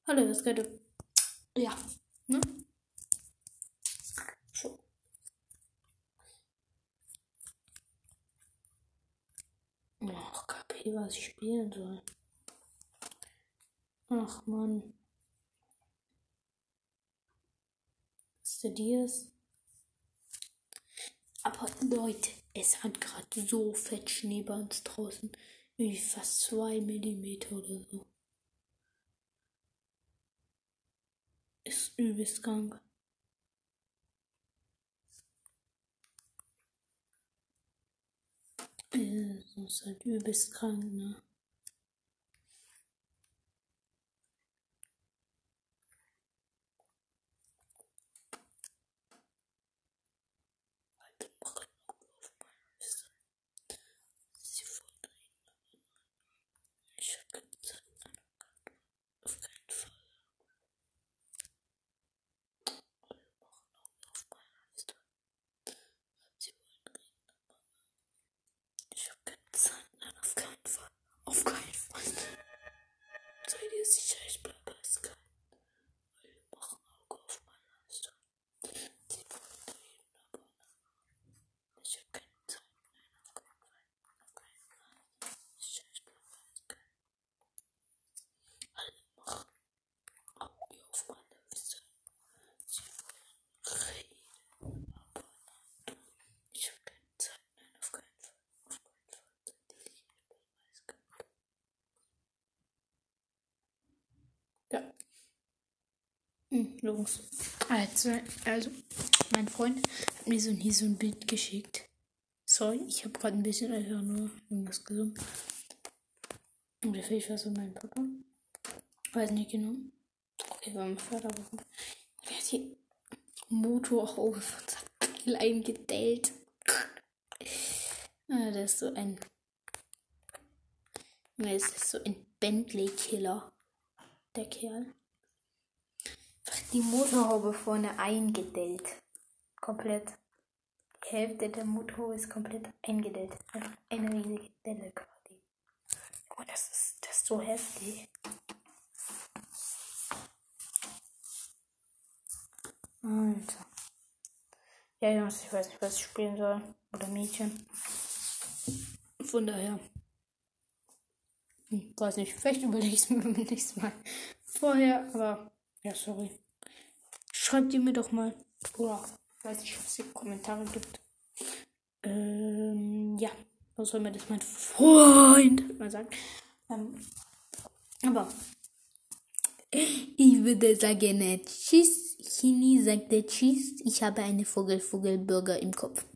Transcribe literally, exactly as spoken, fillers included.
Hallo, was geht? Ja, ne? So. Ach, K P, was ich spielen soll. Ach, Mann. Was der dir ist? Aber Leute, es hat gerade so fett Schnee bei uns draußen. Wie fast zwei Millimeter oder so. Ist übelst krank. Äh, das ist halt übelst krank, ne? Alter, mach ein Auge auf meine Liste. Sie voll Ich hab keine Zeit. Auf keinen Fall. Mach ein Auge auf meine Liste. Sie wollen reden, aber ich hab keine Zeit. Nein, auf keinen Fall. Auf keinen Fall. Seid ihr sicher, ich bleibe eiskalt. Weil wir machen Auge auf meine Liste. Sie wollen reden, aber ich hab keine Zeit. Nein, auf keinen Fall. Auf keinen Fall. Sicher, ich bleibe eiskalt. Alle machen Auge auf meine Liste. Sie wollen reden, aber nein. Ich hab keine Zeit. Nein, auf keinen Fall. Auf keinen Fall. Seid ihr sicher, ich bleibe eiskalt. Ja. Hm, Jungs. Also, also, mein Freund hat mir so hier so ein Bild geschickt. Sorry, ich habe gerade ein bisschen einfach nur irgendwas gesungen. Und der Fisch war so mein Papa. Weiß nicht genau. Okay, war mein Vater. Aber der hat die Motorhaube von seinem Kleinen gedellt. Ah, der ist so ein. Der ist so ein Bentley-Killer. Der Kerl. Die Motorhaube vorne eingedellt. Komplett. Die Hälfte der Motorhaube ist komplett eingedellt. Einfach eine riesige Delle quasi. Oh, das ist, das ist so heftig. Alter. Ja, Jungs, ich weiß nicht, was ich spielen soll. Oder Mädchen. Von daher. Hm, weiß nicht, vielleicht überlege ich es mir beim nächsten Mal vorher, aber ja, sorry. Schreibt ihr mir doch mal. Oder weiß ich, was es Kommentare gibt. Ähm, ja. Was soll mir das mein Freund mal sagen? Ähm, aber ich würde sagen, tschüss. Chini sagte tschüss. Ich habe eine Vogel-Vogel-Burger im Kopf.